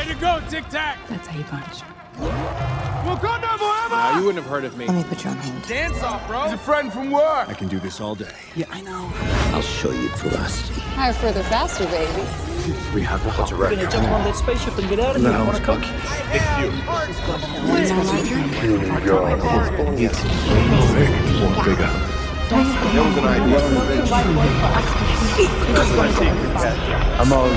Way to go, Tic Tac! That's how you punch. Wakanda forever! Now, you wouldn't have heard of me. Let me put you on hold. Dance off, bro! He's a friend from work! I can do this all day. Yeah, I know. I'll show you ferocity. Higher, further, faster, baby. We have a record. We're gonna jump on that spaceship and get out of here. No, Wanna cook? Bigger. I'm all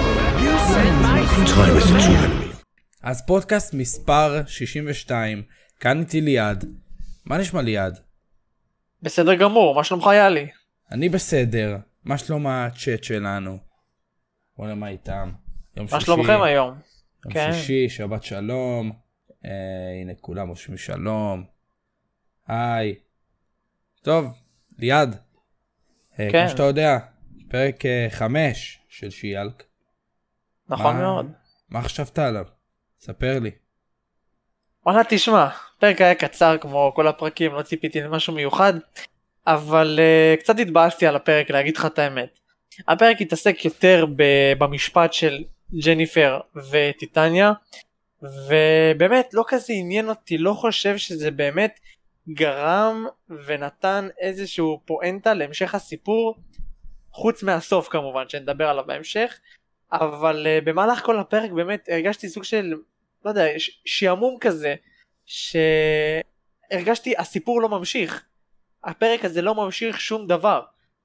time is a true enemy. אז פודקאסט מספר 62, כאן איתי ליעד. מה נשמע ליעד? בסדר גמור, מה שלומך יאלי? אני בסדר, מה שלום הצ'אט שלנו? בוא נראה מה איתם. יום מה שישי, שלומכם היום? יום כן. שישי, שבת שלום. הנה כולם רושמים שלום. היי. טוב, ליעד. כן. כמו שאתה יודע, פרק 5 של שיאלק. נכון מה- מאוד. מה חשבת עליו? ספר לי. וואלה תשמע, פרק היה קצר כמו כל הפרקים, לא ציפיתי למשהו מיוחד, אבל קצת התבאסתי על הפרק להגיד לך את האמת. הפרק התעסק יותר במשפט של ג'ניפר וטיטניה, ובאמת לא כזה עניין אותי, לא חושב שזה באמת גרם ונתן איזשהו פואנטה להמשך הסיפור, חוץ מהסוף כמובן שנדבר עליו בהמשך, אבל במהלך כל הפרק באמת הרגשתי סוג של, לא יודע, שעמום כזה, שהרגשתי הסיפור לא ממשיך, הפרק הזה לא ממשיך שום דבר,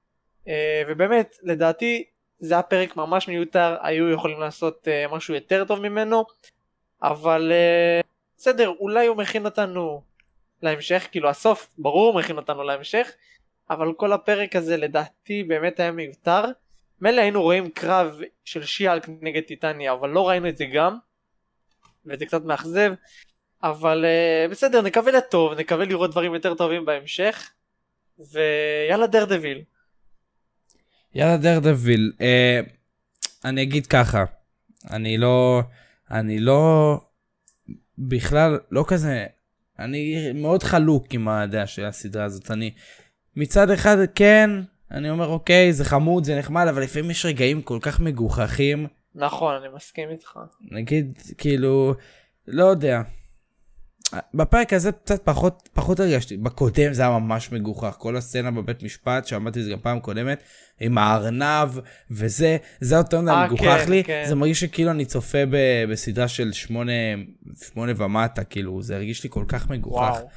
ובאמת לדעתי זה הפרק ממש מיותר, היו יכולים לעשות משהו יותר טוב ממנו, אבל בסדר, אולי הוא מכין אותנו להמשך, כאילו הסוף ברור הוא מכין אותנו להמשך, אבל כל הפרק הזה לדעתי באמת היה מיותר. מילא היינו רואים קרב של שיאלק נגד טיטניה, אבל לא ראינו את זה גם, וזה קצת מאכזב, אבל בסדר, נקווה לטוב, נקווה לראות דברים יותר טובים בהמשך, ויאללה דרדוויל. יאללה דרדוויל, אני אגיד ככה, אני לא, בכלל לא כזה, אני מאוד חלוק עם הדעה של הסדרה הזאת, אני מצד אחד כן, אני אומר אוקיי, זה חמוד, זה נחמד, אבל לפעמים יש רגעים כל כך מגוחכים. נכון, אני מסכים איתך. נגיד, כאילו, לא יודע. בפרק הזה קצת פחות הרגשתי. בקודם זה היה ממש מגוחך. כל הסצנה בבית משפט, שאמרתי את זה גם פעם קודמת, עם הארנב וזה, זה יותר מדי מגוחך לי. כן. זה מרגיש שכאילו אני צופה בסדרה של 8 ומטה, כאילו, זה הרגיש לי כל כך מגוחך. וואו.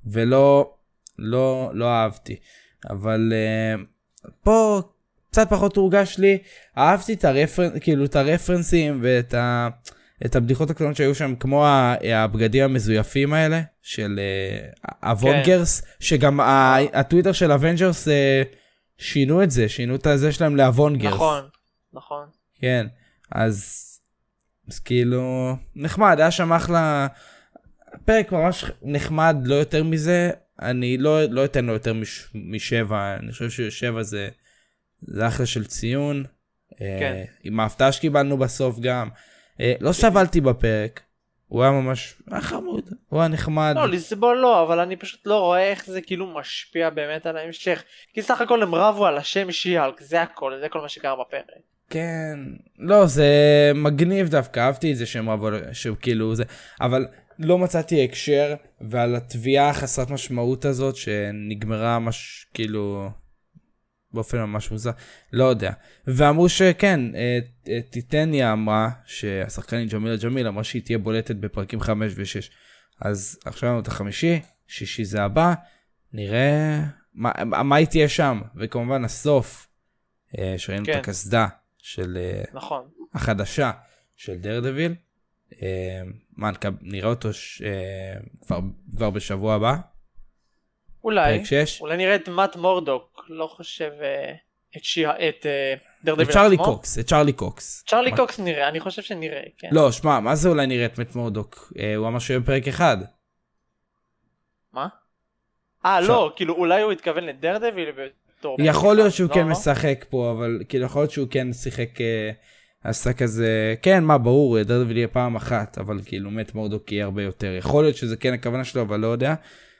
ולא אהבתי. אבל פה קצת פחות הורגש לי, אהבתי את הרפרנסים ואת הבדיחות הקטנות שהיו שם, כמו הבגדים המזויפים האלה, של אבונגרס, שגם הטוויטר של אבנג'רס שינו את זה, שינו את זה שלהם לאבונגרס. נכון. כן, אז כאילו, נחמד, היה שם אחלה, פרק ממש נחמד, לא יותר מזה, אני לא אתן לו יותר משבע, אני חושב ששבע זה אחלה של ציון, כן. עם ההפתעה שקיבלנו בסוף גם, לא סבלתי בפרק, הוא היה ממש חמוד, הוא היה נחמד. לא, לסבול לא, אבל אני פשוט לא רואה איך זה כאילו משפיע באמת על ההמשך, כי סך הכל הם רבו על השם שיאלק, זה כל מה שקרה בפרק. כן, לא, זה מגניב דווקא, אהבתי את זה שהם רבו, שכאילו זה, אבל לא מצאתי הקשר, ועל התביעה החסרת משמעות הזאת, שנגמרה כאילו, באופן ממש מוזר, לא יודע. ואמרו שכן, טיטניה אמרה, שהשחקנית ג'מילה ג'מיל, אמרה שהיא תהיה בולטת בפרקים 5 ו-6. אז עכשיו אמרנו את החמישי, שישי זה הבא, נראה מה היא תהיה שם. וכמובן הסוף, שראינו את הכסדה של נכון. החדשה של דרדוויל, מה, נראה אותו כבר בשבוע הבא? אולי נראה את מאט מורדוק, לא חושב את דרדוויל עצמו. את צ'רלי קוקס. צ'רלי קוקס נראה, אני חושב שנראה, כן. לא, שמע, מה זה אולי נראה את מאט מורדוק? הוא אמר שהוא בפרק אחד. מה? לא, כאילו אולי הוא התכוון לדרדוויל בתור... יכול להיות שהוא כן משחק פה, אבל כאילו יכול להיות שהוא כן שיחק... עשה כזה, כן, מה, ברור, דרדוויל יהיה פעם אחת, אבל כאילו מאט מורדוק יהיה הרבה יותר. יכול להיות שזה כן הכוונה שלו, אבל לא יודע.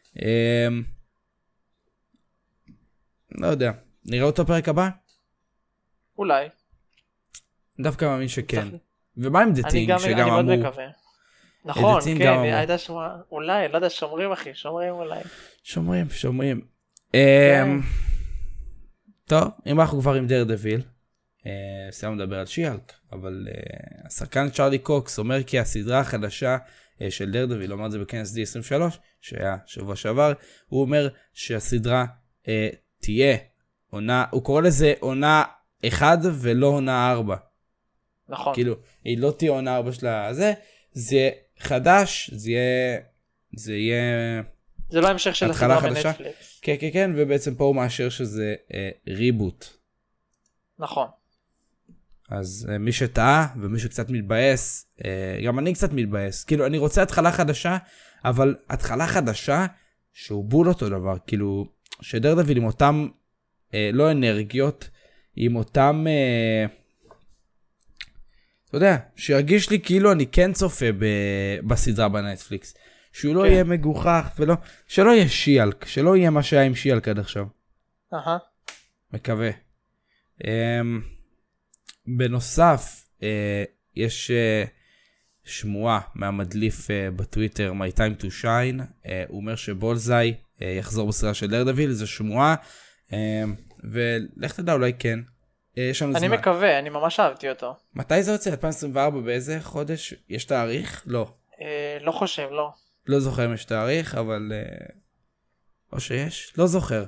לא יודע. נראה אותו פרק הבא? אולי. דווקא מאמין שכן. ומה עם The אני Thing שגם מאוד אמרו? מקווה. נכון, The Thing כן, גם אמרו. הייתה שמועה, אולי, לא יודע, שומרים אחי, שומרים אולי. שומרים. טוב, אם אנחנו כבר עם דרדוויל, סיימנו לדבר על שיאלק, אבל השחקן צ'ארלי קוקס אומר כי הסדרה החדשה של דרדוויל, הוא אמר את זה בכנס D23, שהיה שבוע שעבר, הוא אומר שהסדרה תהיה עונה, הוא קורא לזה עונה 1 ולא עונה 4. נכון. כאילו, היא לא תהיה עונה 4 שלה, זה חדש, זה יהיה... זה לא המשך של הסדרה בנטפליקס. כן, ובעצם פה הוא מאשר שזה ריבוט. נכון. אז מי שטעה ומי שקצת מתבאס, גם אני קצת מתבאס, כאילו אני רוצה התחלה חדשה, אבל התחלה חדשה שהוא בול אותו דבר, כאילו שדרדוויל עם אותם לא אנרגיות, עם אותם, אתה יודע, שירגיש לי כאילו אני כן צופה בסדרה בנטפליקס, שהוא לא יהיה מגוחך ולא, שלא יהיה שיאלק, שלא יהיה מה שהיה עם שיאלק עד עכשיו. מקווה. בנוסף, יש שמועה מהמדליף בטוויטר, My Time to Shine, הוא אומר שבולזאי יחזור בסדרה של דרדוויל, זו שמועה, ולך תדע אולי כן, יש לנו זמן. אני מקווה, אני ממש אהבתי אותו. מתי זה יוצא? 2024? באיזה חודש? יש תאריך? לא. לא חושב, לא. לא זוכר אם יש תאריך, אבל... או שיש? לא זוכר.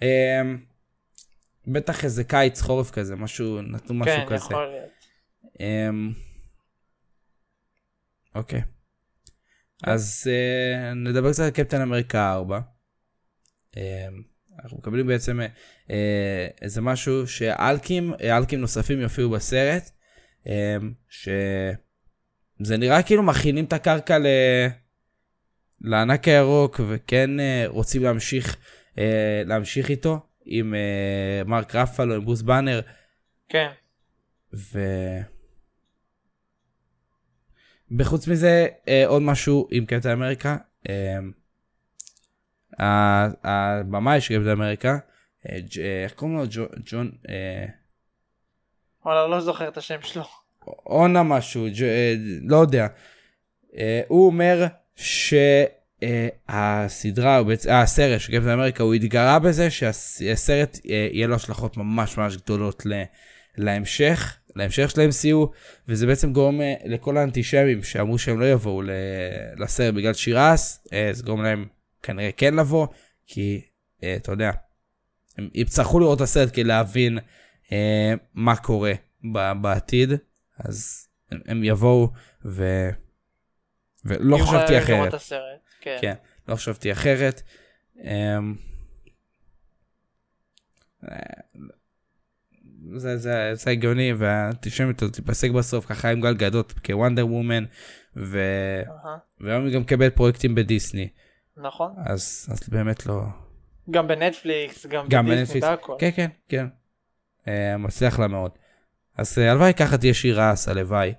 בטח איזה קיץ חורף כזה, משהו, נתנו משהו כזה. כן, יכול להיות. אוקיי. אז נדבר קצת על קפטן אמריקה 4. אנחנו מקבלים בעצם איזה משהו שאלקים נוספים יופיעו בסרט, שזה נראה כאילו מכינים את הקרקע לענק הירוק, וכן רוצים להמשיך איתו. עם מרק רפלו, עם ברוס באנר. כן. בחוץ מזה, עוד משהו עם קפטן אמריקה. הבמאי של קפטן אמריקה, איך קוראים לו? ג'ון... וואלה, לא זוכר את השם שלו. עונה משהו, לא יודע. הוא אומר הסדרה, הסרט של קפטן אמריקה, הוא התגרה בזה שהסרט יהיה לו השלכות ממש ממש גדולות להמשך של MCU, וזה בעצם גורם לכל האנטישמים שאמרו שהם לא יבואו לסרט בגלל שירס, זה גורם להם כנראה כן לבוא, כי אתה יודע, הם יצטרכו לראות את הסרט כדי להבין מה קורה בעתיד, אז הם יבואו ולא חשבתי אחרת. כן, לא חשבתי אחרת. זה הגיוני, והאנטישמיות תיפסק בסוף, ככה עם גל גדות כוונדר וומן, והיום גם קבל פרויקטים בדיסני. נכון. אז באמת לא... גם בנטפליקס, גם בדיסני, בהכל. כן. מצליח לה מאוד. אז הלוואי ככה תהיה שירס, הלוואי.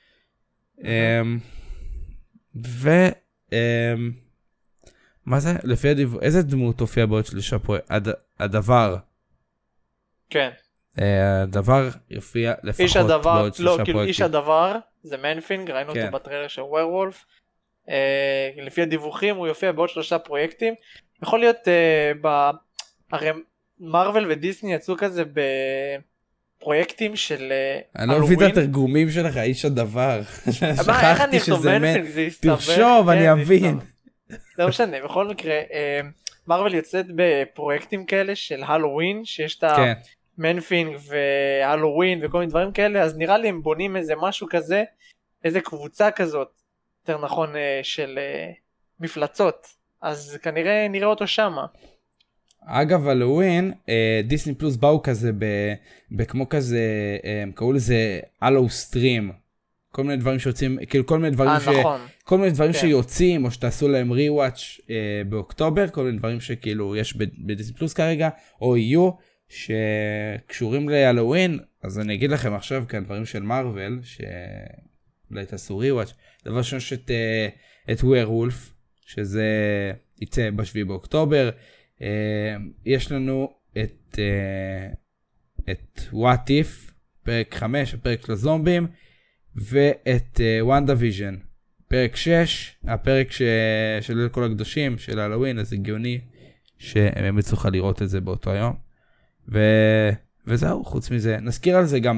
מה זה? לפי הדיווח, איזה דמות הופיע בעוד של שפוי? הדבר. כן. הדבר יופיע לפחות בעוד של שפוי. איש הדבר, זה מנפינג, ראינו אותו בטריילר של ווירוולף. לפי הדיווחים הוא יופיע בעוד 3 פרויקטים. יכול להיות, הרי מרוול ודיסני יצאו כזה בפרויקטים של אני לא מבין את התרגומים שלך, איש הדבר. שכחתי שזה מנפינג, זה יסתבר. תרשוב, אני אבין. לא משנה, בכל מקרה, מרוול יוצאת בפרויקטים כאלה של הלווין, שיש את המנפינג והלווין וכל מיני דברים כאלה, אז נראה לי הם בונים איזה משהו כזה, איזה קבוצה כזאת, יותר נכון, של מפלצות, אז כנראה נראה אותו שמה. אגב, הלווין, דיסני פלוס באו כזה, כמו כזה, הם קראו לזה הלו סטרים, כל מיני דברים שיוצאים, כאילו כל מיני דברים כל מיני דברים שיוצאים, או שתעשו להם ריוואץ' באוקטובר, כל מיני דברים שכאילו יש בדיסני פלוס כרגע, או יהיו, שקשורים להלווין, אז אני אגיד לכם עכשיו כאן דברים של מרוול, שאולי תעשו ריוואץ', דבר ראשון את ווירוולף, שזה יצא ב7 באוקטובר, יש לנו את What If, פרק 5, הפרק של הזומבים, ואת וונדה ויז'ן. פרק 6, הפרק של כל הקדושים, של הלווין, אז הגיוני שהם יצטרכו לראות את זה באותו היום. וזהו, חוץ מזה. נזכיר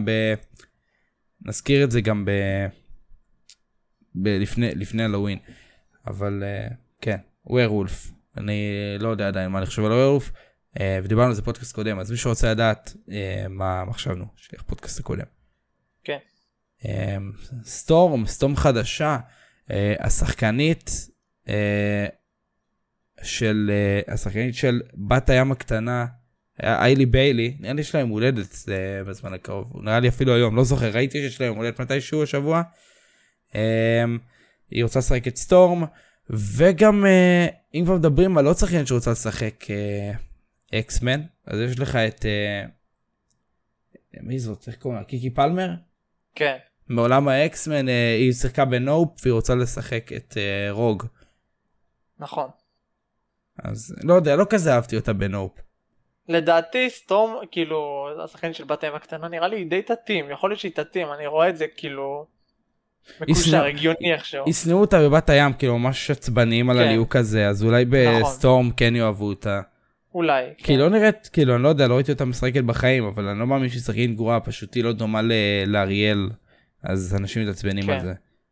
את זה גם לפני הלווין. אבל כן, ווירולף. אני לא יודע עדיין מה אני חושב על ווירולף. ודיברנו על זה פודקאסט קודם, אז מי שרוצה לדעת מה חשבנו, שאיך פודקאסט הקודם. כן. סטורם חדשה, השחקנית של בת הים הקטנה, איילי ביילי, נראה לי יש להם הולדת בזמן הקרוב, נראה לי אפילו היום, לא זוכר, ראיתי שיש להם הולדת מתישהו השבוע, היא רוצה לשחק את סטורם, וגם אם כבר מדברים על לא שחקנית שרוצה לשחק אקסמן, אז יש לך את מי זאת? איך קוראים לה? קיקי פלמר? כן. מעולם האקסמן, היא שיחקה בנופ והיא רוצה לשחק את רוג. נכון. אז לא יודע, לא כזה אהבתי אותה בנופ. לדעתי סטורם, כאילו, השחקן של בת הים הקטנה, נראה לי די תתאים, יכול להיות שהיא תתאים, אני רואה את זה כאילו מקושר, הגיוני איכשהו. ישנאו אותה בבת הים, כאילו ממש עצבניים על הליהוק הזה, אז אולי בסטורם כן יאהבו אותה. אולי. כי לא נראית, כאילו, אני לא יודע, לא ראיתי אותה משחקת בחיים, אבל אני לא מאמין שהיא שחקנית גרועה, פשוט היא לא דומה לאריאל, אז אנשים מתעצבנים על זה.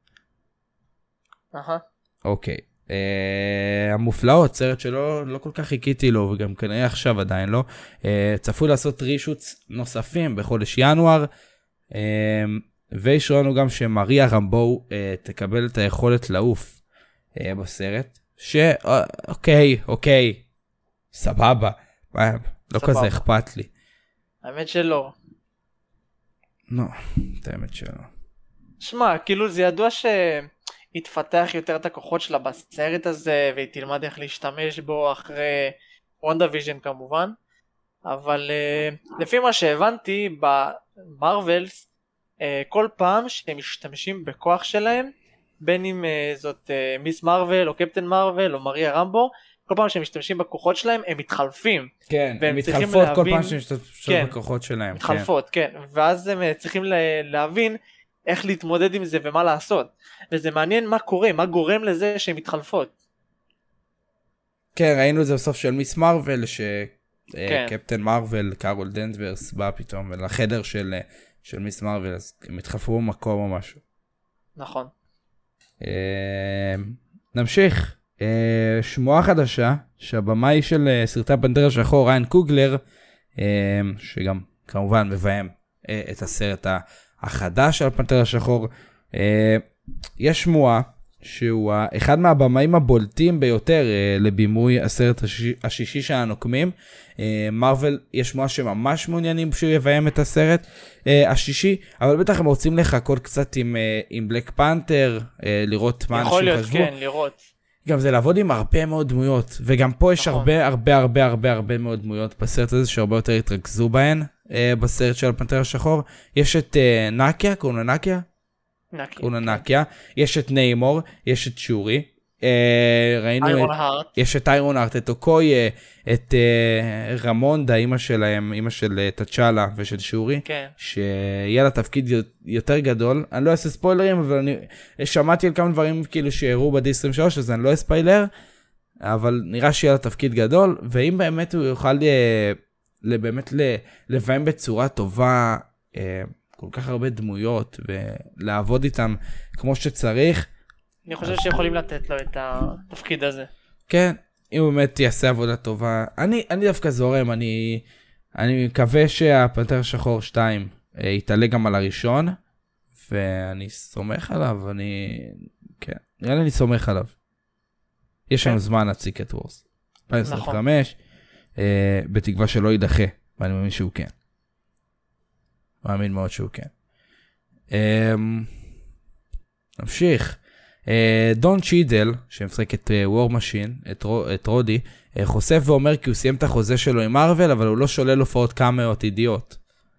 אוקיי. המופלאות, סרט שלא לא כל כך חיכיתי לו, וגם כנראה עכשיו עדיין לא. צפוי לעשות רישוץ נוספים בחודש ינואר, וישרנו גם שמריה רמבו תקבל את היכולת לעוף בסרט, אוקיי, סבבה, לא כזה אכפת לי. האמת שלא. לא, את האמת שלא. שמע, כאילו זה ידוע שהתפתח יותר את הכוחות שלה בסרט הזה, והיא תלמד איך להשתמש בו אחרי וונדה ויז'ן כמובן, אבל לפי מה שהבנתי במרוולס, כל פעם שהם משתמשים בכוח שלהם, בין אם זאת מיס מרוול או קפטן מרוול או מריה רמבו, כל פעם שהם משתמשים בכוחות שלהם הם מתחלפים. כן, הם מתחלפות כל פעם שהם משתמשים בכוחות שלהם. מתחלפות, כן. ואז הם צריכים להבין איך להתמודד עם זה ומה לעשות. וזה מעניין מה קורה, מה גורם לזה שהן מתחלפות. כן, ראינו את זה בסוף של מיס מרוול, שקפטן מרוול, קארול דנברס, בא פתאום לחדר של מיס מרוול, אז הם התחלפו במקום או משהו. נכון. נמשיך. שמועה חדשה, שהבמאי של סרטי הפנתר השחור, ריין קוגלר, שגם כמובן מביים את הסרט החדש של הפנתר השחור, יש שמועה שהוא אחד מהבמאים הבולטים ביותר לבימוי הסרט השישי של הנוקמים. מרוול, יש שמועה שממש מעוניינים שהוא יביים את הסרט השישי, אבל בטח הם רוצים לחכות קצת עם בלק פנתר, לראות מה אנשים חשבו. יכול להיות, כן, לראות. גם זה לעבוד עם הרבה מאוד דמויות, וגם פה יש הרבה מאוד דמויות בסרט הזה, שהרבה יותר התרכזו בהן, בסרט של הפנתר השחור. יש את נקיה, קוראים לה נקיה? נקיה. יש את ניימור, יש את שורי. איירון הארט. יש את איירון הארט, את אוקוי, את רמונדה, אמא שלהם, אמא של תצ'אלה ושל שורי, שיהיה לה תפקיד יותר גדול. אני לא אעשה ספוילרים, אבל אני שמעתי על כמה דברים כאילו שהראו ב-D23, אז אני לא אספיילר, אבל נראה שיהיה לה תפקיד גדול, ואם באמת הוא יוכל באמת לביים בצורה טובה כל כך הרבה דמויות, ולעבוד איתם כמו שצריך, אני חושב שיכולים לתת לו את התפקיד הזה. כן, אם הוא באמת יעשה עבודה טובה. אני דווקא זורם, אני מקווה שהפנתר השחור 2 יתעלה גם על הראשון, ואני סומך עליו, כן, נראה לי אני סומך עליו. יש לנו זמן להציג את וורס. 2025, בתקווה שלא יידחה, ואני מאמין שהוא כן. מאמין מאוד שהוא כן. נמשיך. דון צ'ידל, שמשחק את וור משין, את רודי, חושף ואומר כי הוא סיים את החוזה שלו עם מרוול, אבל הוא לא שולל הופעות קאמיות אידיוט.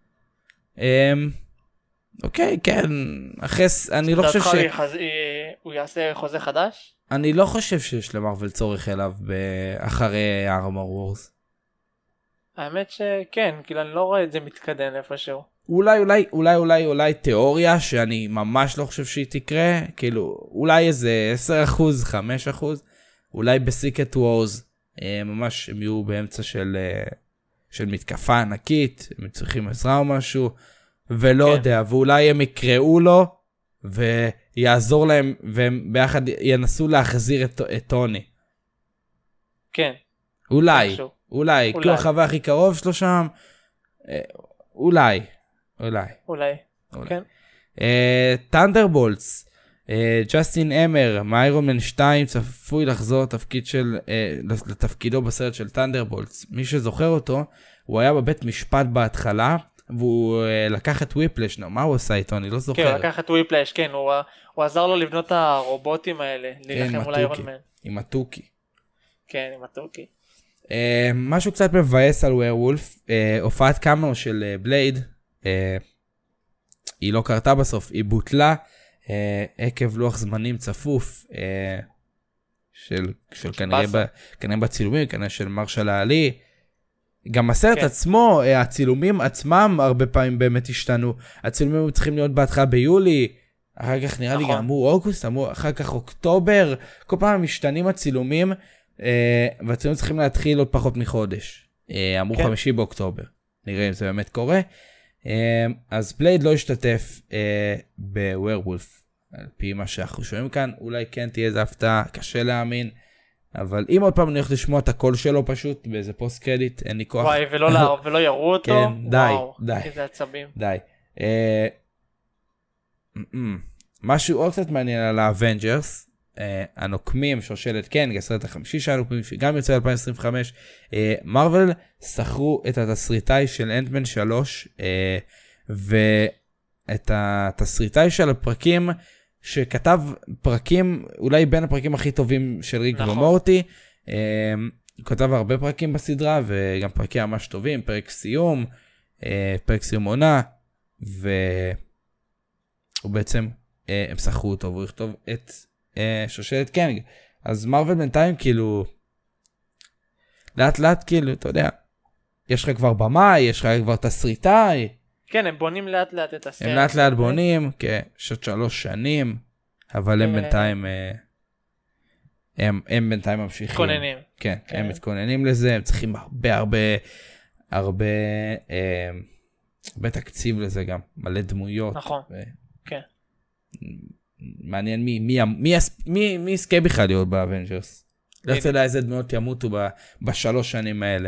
אוקיי, כן, אני לא חושב הוא יעשה חוזה חדש? אני לא חושב שיש למרוול צורך אליו אחרי ארמור וורס. האמת שכן, כאילו אני לא רואה את זה מתקדם איפשהו. אולי תיאוריה שאני ממש לא חושב שהיא תקרה, כאילו אולי איזה 10%, 5%, אולי בסיקרט וורז, ממש הם יהיו באמצע של מתקפה ענקית, הם צריכים עזרה או משהו, ולא יודע, ואולי הם יקראו לו, ויעזור להם, והם ביחד ינסו להחזיר את טוני. כן. אולי, כי הוא החבר הכי קרוב שלו שם, אולי. כן. טנדרבולטס, ג'סטין אמר, מאיירון מן 2 צפוי לחזור לתפקידו בסרט של טנדרבולטס. מי שזוכר אותו, הוא היה בבית משפט בהתחלה, והוא לקח את וויפלש, מה הוא עשה איתו? אני לא זוכר. כן, הוא לקח את וויפלש, כן, הוא עזר לו לבנות את הרובוטים האלה, להילחם מול איירון מן. עם הטוקי. כן, עם הטוקי. משהו קצת מבאס על ווירולף, הופעת קאמו של בלייד, היא לא קרתה בסוף, היא בוטלה, עקב לוח זמנים צפוף, של כנראה בצילומים, כנראה של מרשל העלי, גם הסרט עצמו, הצילומים עצמם הרבה פעמים באמת השתנו, הצילומים צריכים להיות בהתחלה ביולי, אחר כך נראה לי גם אמרו אוגוסט, אחר כך אוקטובר, כל פעם משתנים הצילומים, והצילומים צריכים להתחיל עוד פחות מחודש, אמרו 5 באוקטובר, נראה אם זה באמת קורה, אז בלייד לא השתתף בווירולף, על פי מה שאנחנו שומעים כאן, אולי כן תהיה איזה הפתעה, קשה להאמין, אבל אם עוד פעם אני הולך לשמוע את הקול שלו פשוט, באיזה פוסט קרדיט, אין לי כוח. וואי, ולא יראו אותו? כן, די. איזה עצבים. די. משהו עוד קצת מעניין על האבנג'רס, הנוקמים, שושלת קנג, הסרט החמישי של הנוקמים, שגם יוצא 2025, מרוול שכרו את התסריטאי של אנטמן 3, ואת התסריטאי של הפרקים, שכתב פרקים, אולי בין הפרקים הכי טובים של ריק ומורטי, הוא כתב הרבה פרקים בסדרה, וגם פרקים ממש טובים, פרק סיום עונה, והוא בעצם, הם שכרו אותו, והוא יכתוב את שושלת קנג. אז מרוול בינתיים כאילו, לאט לאט כאילו, אתה יודע, יש לך כבר במאי, יש לך כבר תסריטאי. כן, הם בונים לאט לאט את הסרט. הם לאט לאט בונים, כ3 שנים, אבל הם בינתיים, הם בינתיים ממשיכים. מתכוננים. כן, הם מתכוננים לזה, הם צריכים הרבה תקציב לזה גם, מלא דמויות. נכון, כן. מעניין מי יזכה בכלל להיות באבנג'רס. לא יודע איזה דמויות ימותו ב3 שנים האלה.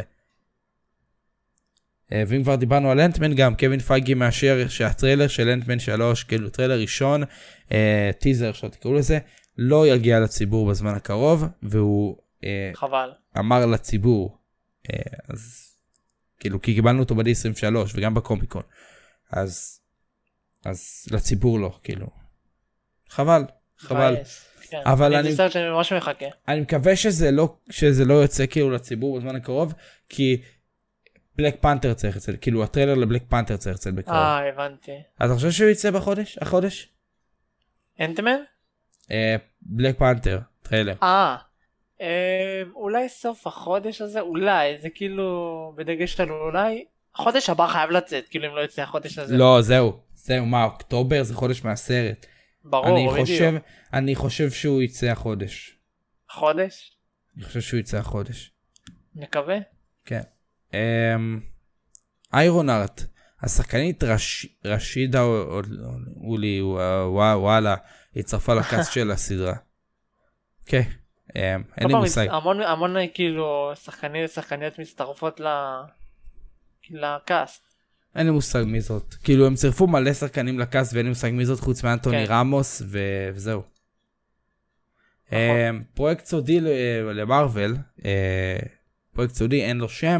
ואם כבר דיברנו על אנטמן גם, קווין פייגי מאשר שהטריילר של אנטמן 3, כאילו טריילר ראשון, טיזר שתקראו לזה, לא יגיע לציבור בזמן הקרוב, והוא חבל. אמר לציבור, אז כאילו כי קיבלנו אותו ב-D23 וגם בקומיקון, אז לציבור לא, כאילו. חבל. כן. אבל אני סרט שאני ממש מחכה. אני מקווה שזה לא יוצא כאילו לציבור בזמן הקרוב, כי בלק פנתר צריך לצאת, כאילו הטריילר לבלק פנתר צריך לצאת בקרוב. הבנתי. אז אתה חושב שהוא יצא החודש? אנטמן? בלק פנתר, טריילר. אולי סוף החודש הזה, אולי, זה כאילו בדגש שלנו, אולי החודש הבא חייב לצאת, כאילו אם לא יצא החודש הזה. לא, זהו, מה, אוקטובר זה חודש מהסרט. ברור, אני חושב שהוא יצא החודש. חודש? אני חושב שהוא יצא החודש. נקווה. כן. איירון הארט, השחקנית רשידה אולי, וואלה, היא צרפה לקאסט של הסדרה. כן, אין לי מושג. המון כאילו שחקניות מצטרפות לקאסט. אין לי מושג מי זאת. כאילו הם צירפו מלא שחקנים לקאסט ואין לי מושג מי זאת חוץ מאנטוני רמוס וזהו. פרויקט סודי למרוול, פרויקט סודי אין לו שם,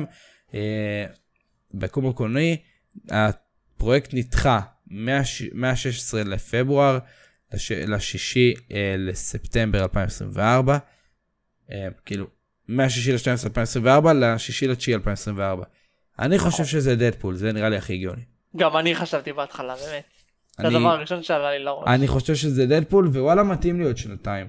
בקום הקולנועי, הפרויקט נדחה מה-16 לפברואר ל-6 לספטמבר 2024, כאילו מה-6 ל-12 2024 ל-6 ל-9 2024. אני חושב שזה דדפול, זה נראה לי הכי הגיוני. גם אני חשבתי בהתחלה, באמת. זה הדבר הראשון שעלה לי לראש. אני חושב שזה דדפול, ווואלה מתאים לי עוד 2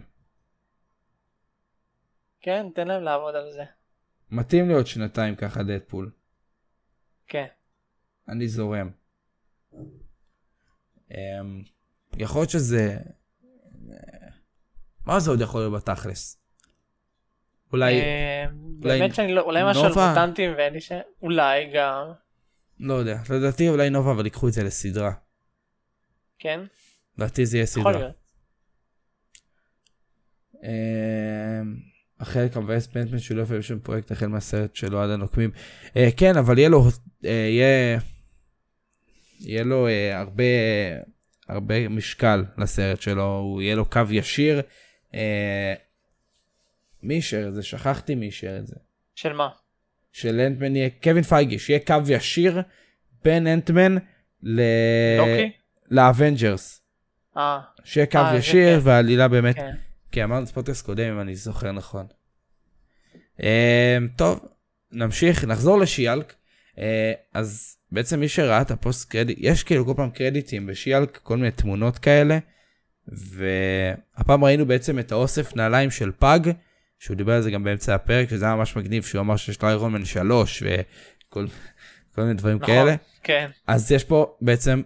כן, תן להם לעבוד על זה. מתאים לי עוד 2 ככה דדפול. כן. אני זורם. יכול להיות שזה... מה זה עוד יכול להיות בתכלס? אולי... באמת שאני לא... אולי משהו על מוטנטים ואין לי ש... אולי גם... לא יודע. לדעתי אולי נובה, אבל יקחו את זה לסדרה. כן? לדעתי זה יהיה סדרה. יכול להיות. החלק המבאס בנטמן שלא יפה בשום פרויקט החל מהסרט שלו עד הנוקמים. כן, אבל יהיה לו הרבה משקל לסרט שלו, יהיה לו קו ישיר. מי אישר את זה? שכחתי מי אישר את זה. של מה? של אנטמן יהיה, קווין פייגי, שיהיה קו ישיר בין אנטמן לאבנג'רס. שיהיה קו ישיר והעלילה באמת, כי אמרנו ספוטקס קודם אם אני זוכר נכון. טוב, נמשיך, נחזור לשיאלק. אז בעצם מי שראה את הפוסט קרדיט, יש כאילו כל פעם קרדיטים בשיאלק, כל מיני תמונות כאלה, והפעם ראינו בעצם את האוסף נעליים של פאג, שהוא דיבר על זה גם באמצע הפרק, שזה היה ממש מגניב, שהוא אמר שיש לו איירון מן 3, וכל מיני דברים כאלה. כן. אז יש פה בעצם,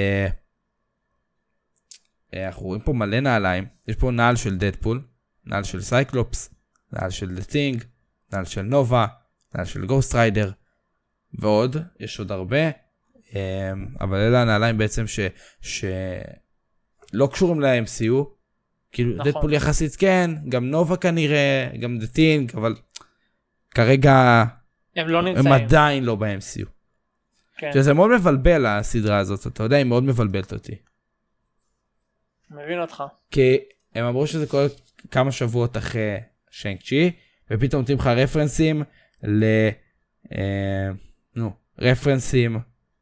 אנחנו רואים פה מלא נעליים, יש פה נעל של דדפול, נעל של סייקלופס, נעל של The Thing, נעל של נובה, נעל של גוסט ריידר, ועוד, יש עוד הרבה, אבל אלה הנעליים בעצם שלא קשורים ל-MCU, כאילו נכון. דדפול יחסית כן, גם נובה כנראה, גם The Thing, אבל כרגע הם לא נמצאים. הם עדיין לא ב-MCU. כן. שזה מאוד מבלבל הסדרה הזאת, אתה יודע, היא מאוד מבלבלת אותי. מבין אותך. כי הם אמרו שזה כל כמה שבועות אחרי שיינג צ'י, ופתאום נותנים לך רפרנסים רפרנסים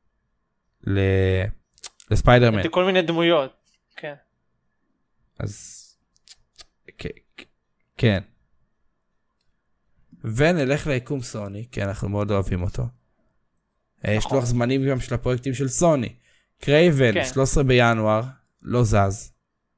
לספיידרמן. כל מיני דמויות, כן. אז כן. ונלך ליקום סוני, כי אנחנו מאוד אוהבים אותו. יש לוח זמנים גם של הפרויקטים של סוני. קרייבן, 13 בינואר, לא זז.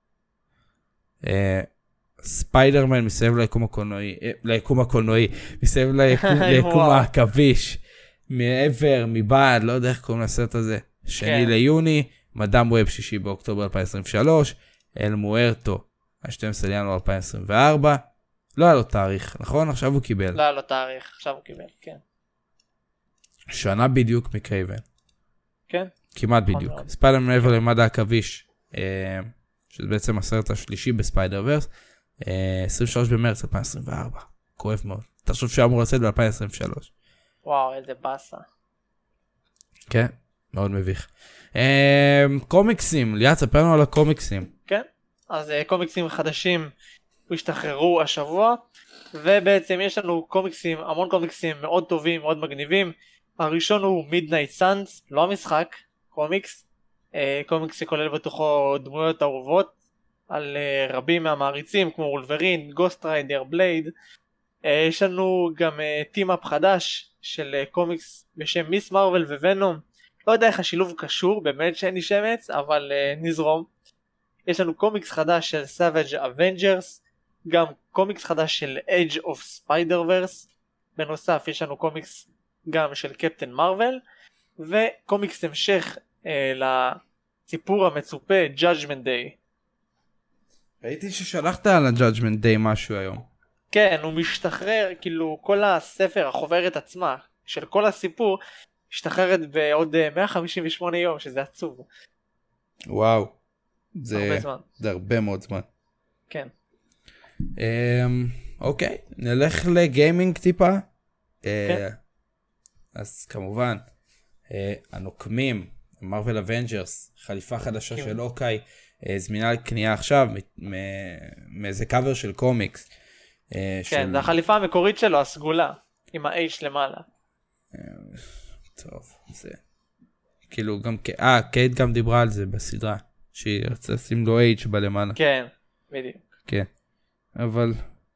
ספיידרמן מסביב ליקום הקולנועי, מסביב ליקום העכביש, מעבר, מבעד, לא יודע איך קוראים לסרט הזה. 2 ליוני, מדאם ווב 6 באוקטובר 2023, אל מוארטו, 12 לינואר 2024, לא היה לו תאריך, נכון? עכשיו הוא קיבל. לא היה לו תאריך, עכשיו הוא קיבל, כן. שנה בדיוק מקרייבן. כן. כמעט בדיוק. ספיידרמן מעבר למד העכביש, שזה בעצם הסרט השלישי בספיידר ורס, 23 במרץ 2024. כואב מאוד. תחשוב שאמור לצאת ב-2023. וואו, איזה באסה. כן, מאוד מביך. קומיקסים, ליאת, ספר לנו על הקומיקסים. כן, אז קומיקסים חדשים השתחררו השבוע, ובעצם יש לנו קומיקסים, המון קומיקסים מאוד טובים, מאוד מגניבים. הראשון הוא Midnight Suns, לא המשחק, קומיקס. קומיקס שכולל בתוכו דמויות אהובות על רבים מהמעריצים כמו וולברין, גוסט ריידר, בלייד. יש לנו גם טים-אפ חדש של קומיקס בשם מיס מרוול וונום. לא יודע איך השילוב קשור, באמת שאין לי שמץ, אבל נזרום. יש לנו קומיקס חדש של Savage Avengers, גם קומיקס חדש של Age of Spider-Verse. בנוסף יש לנו קומיקס גם של קפטן מרוול, וקומיקס המשך לסיפור המצופה Judgment Day. ראיתי ששלחת על ה-Judgment Day משהו היום. כן, הוא משתחרר, כאילו כל הספר, החוברת עצמה של כל הסיפור, משתחררת בעוד 158 יום, שזה עצוב. וואו, זה הרבה מאוד זמן. כן. אוקיי, נלך לגיימינג טיפה. כן. אז כמובן, הנוקמים, מרוול אבנג'רס, חליפה חדשה של אוקיי, זמינה לקנייה עכשיו, מאיזה קאבר של קומיקס. כן, זה החליפה המקורית שלו, הסגולה, עם ה-H למעלה. טוב, זה... כאילו גם... קייט גם דיברה על זה בסדרה, שהיא רצה לשים לו H בלמעלה. כן, בדיוק. כן, אבל...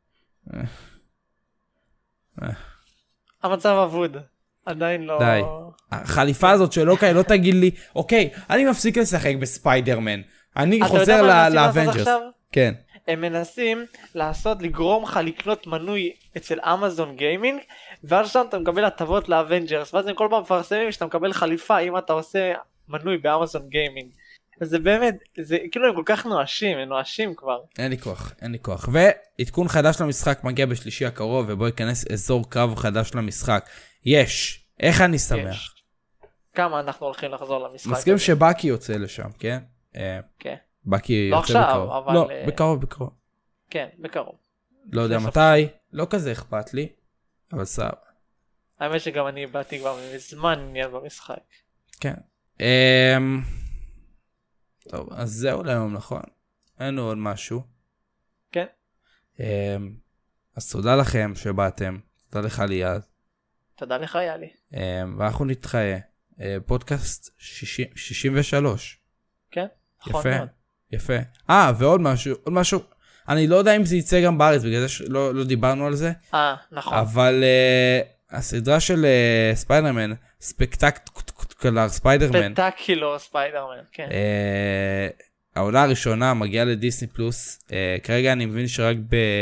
המצב אבוד, עדיין לא... די. החליפה הזאת של אוקיי, לא תגיד לי, אוקיי, אני מפסיק לשחק בספיידרמן, אני חוזר לאבנג'רס. כן. הם מנסים לגרום לך לקנות מנוי אצל אמזון גיימינג, ואז שם אתה מקבל הטבות לאבנג'רס, ואז הם כל פעם מפרסמים שאתה מקבל חליפה אם אתה עושה מנוי באמזון גיימינג. זה באמת, זה כאילו הם כל כך נואשים, הם נואשים כבר. אין לי כוח. ועדכון חדש למשחק מגיע בשלישי הקרוב, ובו ייכנס אזור קרב חדש למשחק. איך אני שמח. כמה אנחנו הולכים לחזור למשחק. מסכים שבאקי יוצא לשם, כן? כן. באקי לא יוצא בקרוב. עכשיו, אבל... לא, בקרוב. כן, בקרוב. לא יודע מתי, לא כזה אכפת לי, אבל סבבה. האמת שגם אני באתי כבר מזמן עניין במשחק. כן. טוב, אז זהו להיום, נכון? אין עוד משהו. כן. אז תודה לכם שבאתם, תודה לך ליעד. תודה לך יאלי. ואנחנו נתחיה. פודקאסט 63. כן, נכון מאוד. יפה. ועוד משהו. אני לא יודע אם זה יצא גם בארץ, בגלל זה לא דיברנו על זה. נכון. אבל הסדרה של ספיידרמן, ספקטקולר ספיידרמן. ספקטקולר ספיידרמן, כן. העונה הראשונה מגיעה לדיסני פלוס. כרגע אני מבין שרק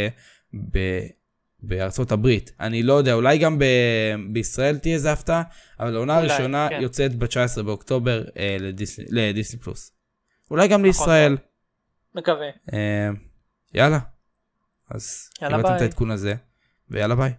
בארצות הברית. אני לא יודע, אולי גם בישראל תהיה איזה הפתעה, אבל העונה הראשונה יוצאת ב-19 באוקטובר לדיסני פלוס. אולי גם לישראל. מקווה. יאללה. אז קיבלתם את העדכון הזה, ויאללה ביי.